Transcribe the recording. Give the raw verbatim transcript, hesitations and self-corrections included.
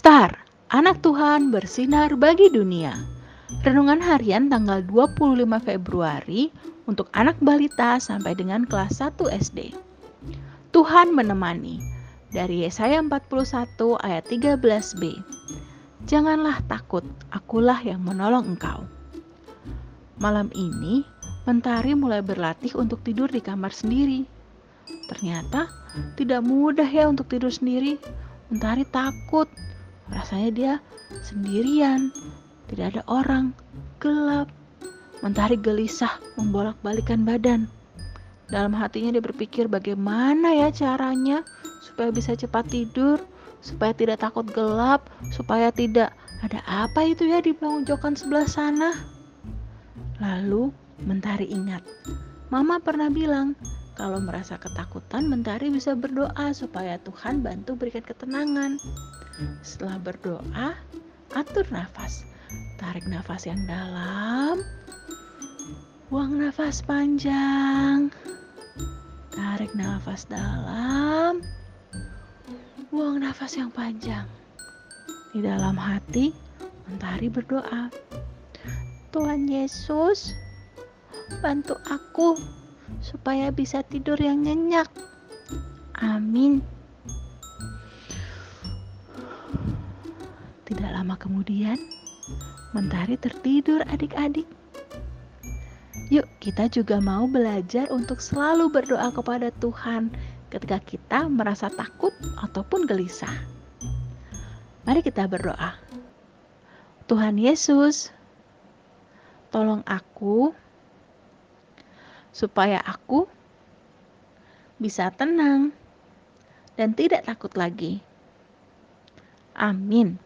Star, anak Tuhan bersinar bagi dunia. Renungan harian tanggal dua puluh lima Februari untuk anak balita sampai dengan kelas satu S D. Tuhan menemani. Dari Yesaya empat puluh satu ayat tiga belas b. Janganlah takut, akulah yang menolong engkau. Malam ini, Mentari mulai berlatih untuk tidur di kamar sendiri. Ternyata tidak mudah ya untuk tidur sendiri. Mentari takut. Rasanya dia sendirian, tidak ada orang, gelap. Mentari gelisah membolak-balikan badan. Dalam hatinya dia berpikir bagaimana ya caranya supaya bisa cepat tidur, supaya tidak takut gelap, supaya tidak ada apa itu ya di pojokan sebelah sana. Lalu Mentari ingat, Mama pernah bilang kalau merasa ketakutan Mentari bisa berdoa supaya Tuhan bantu berikan ketenangan. Setelah berdoa, atur nafas. Tarik nafas yang dalam, buang nafas panjang. Tarik nafas dalam, buang nafas yang panjang. Di dalam hati, Mentari berdoa, Tuhan Yesus, bantu aku supaya bisa tidur yang nyenyak. Amin. Tidak lama kemudian, Mentari tertidur adik-adik. Yuk, kita juga mau belajar untuk selalu berdoa kepada Tuhan ketika kita merasa takut ataupun gelisah. Mari kita berdoa. Tuhan Yesus, tolong aku supaya aku bisa tenang dan tidak takut lagi. Amin.